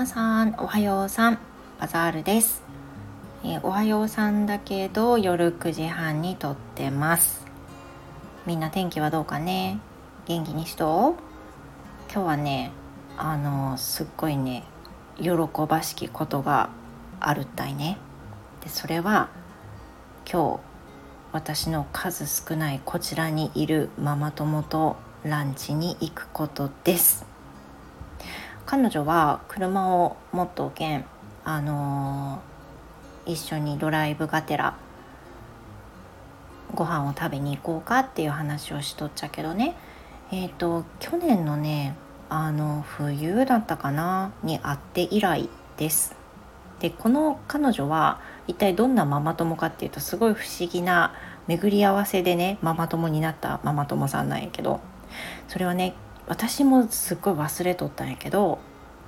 皆さんおはようさん、バザールです。おはようさんだけど夜9時半に撮ってます。みんな天気はどうかね。元気にしとう。今日はね、すっごいね喜ばしきことがあるったいね。でそれは今日私の数少ないこちらにいるママ友とランチに行くことです。彼女は車を持っとけん、一緒にドライブがてらご飯を食べに行こうかっていう話をしとっちゃけどね。去年のね冬だったかなに会って以来です。でこの彼女は一体どんなママ友かっていうと、すごい不思議な巡り合わせでねママ友になったママ友さんなんやけど、それはね私もすっごい忘れとったんやけど、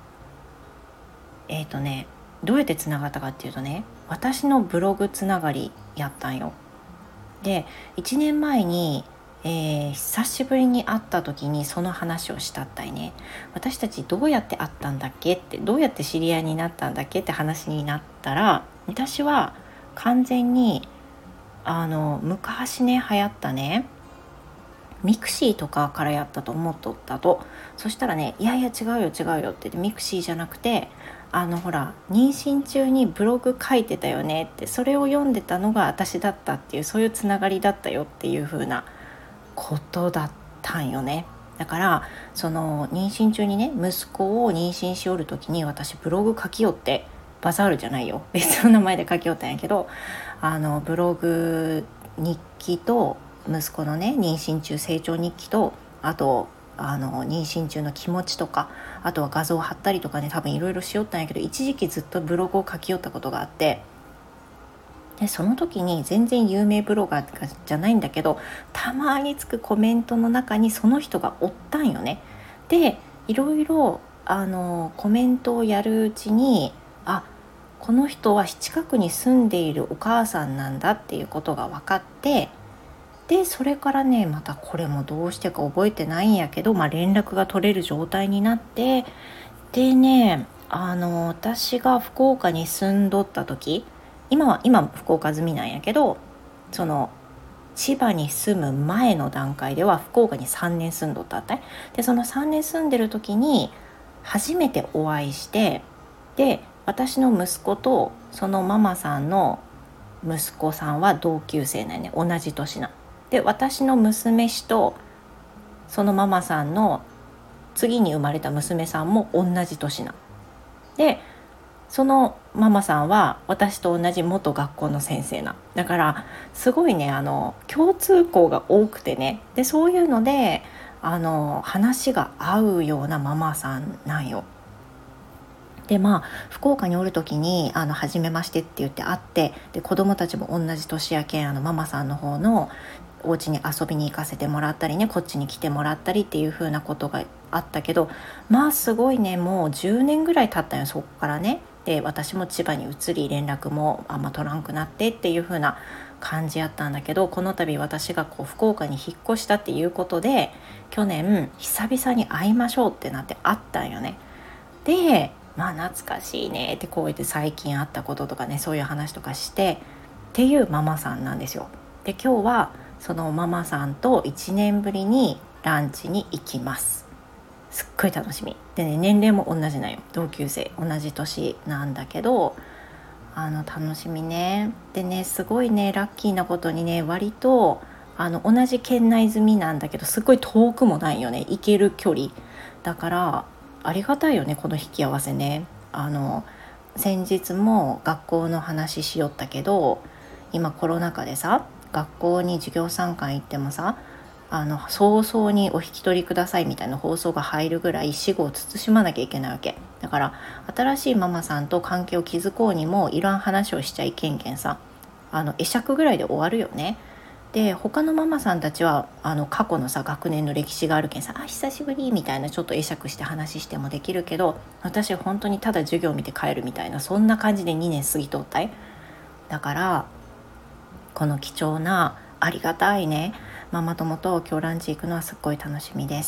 どうやってつながったかっていうとね、私のブログつながりやったんよ。で1年前に、久しぶりに会った時にその話をしたったいね。私たちどうやって会ったんだっけって、どうやって知り合いになったんだっけって話になったら、私は完全に昔ね流行ったねミクシーとかからやったと思っとったと。そしたらね、いやいや違うよ違うよって言って、ミクシーじゃなくてほら妊娠中にブログ書いてたよねって、それを読んでたのが私だったっていう、そういうつながりだったよっていう風なことだったんよね。だからその妊娠中にね、息子を妊娠しおる時に私ブログ書きよって、バザールじゃないよ別の名前で書きよったんやけど、ブログ日記と息子のね妊娠中成長日記と、あと妊娠中の気持ちとか、あとは画像を貼ったりとかね、多分いろいろしよったんやけど、一時期ずっとブログを書きよったことがあって、でその時に全然有名ブロガーじゃないんだけど、たまにつくコメントの中にその人がおったんよね。でいろいろコメントをやるうちに、この人は近くに住んでいるお母さんなんだっていうことが分かって、でそれからね、またこれもどうしてか覚えてないんやけど、連絡が取れる状態になって、でね私が福岡に住んどった時、今福岡済みなんやけど、その千葉に住む前の段階では福岡に3年住んどったってで、その3年住んでる時に初めてお会いして、で私の息子とそのママさんの息子さんは同級生なんね、同じ年な。で私の娘氏とそのママさんの次に生まれた娘さんも同じ年な。でそのママさんは私と同じ元学校の先生な。だからすごいね共通項が多くてね。でそういうので話が合うようなママさんなんよ。で福岡におる時に初めましてって言って会って、で子供たちも同じ年やけんママさんの方のお家に遊びに行かせてもらったりね、こっちに来てもらったりっていう風なことがあったけど、すごいね、もう10年ぐらい経ったよそこからね。で私も千葉に移り連絡もあんま取らんくなってっていう風な感じやったんだけど、この度私が福岡に引っ越したっていうことで、去年久々に会いましょうってなって会ったんよね。で懐かしいねってこう言って最近あったこととかね、そういう話とかしてっていうママさんなんですよ。で今日はそのママさんと1年ぶりにランチに行きます。すっごい楽しみでね、年齢も同じなんよ、同級生同じ年なんだけど楽しみね。でね、すごいねラッキーなことにね、割と同じ県内済みなんだけど、すっごい遠くもないよね、行ける距離だからありがたいよね、この引き合わせね。先日も学校の話しよったけど、今コロナ禍でさ、学校に授業参観行ってもさ、早々にお引き取りくださいみたいな放送が入るぐらい死後を慎まなきゃいけないわけだから、新しいママさんと関係を築こうにもいらん話をしちゃいけんけんさ、会釈ぐらいで終わるよね。で他のママさんたちは過去のさ学年の歴史があるけんさ、久しぶりみたいなちょっと会釈して話してもできるけど、私は本当にただ授業を見て帰るみたいな、そんな感じで2年過ぎとったい。だからこの貴重なありがたいねママ友と今日ランチ行くのはすっごい楽しみです。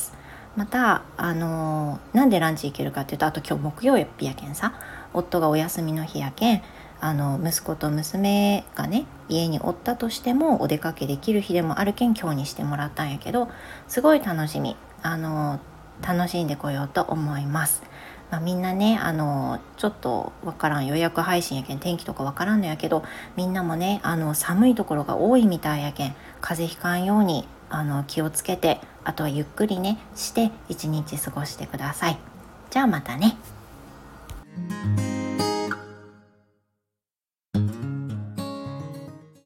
またなんでランチ行けるかっていうと、あと今日木曜日やけんさ、夫がお休みの日やけん、息子と娘がね家におったとしてもお出かけできる日でもあるけん今日にしてもらったんやけど、すごい楽しみ、楽しんでこようと思います。みんなねちょっとわからん、予約配信やけん天気とかわからんのやけど、みんなもね寒いところが多いみたいやけん、風邪ひかんように気をつけて、あとはゆっくりねして一日過ごしてください。じゃあまたね。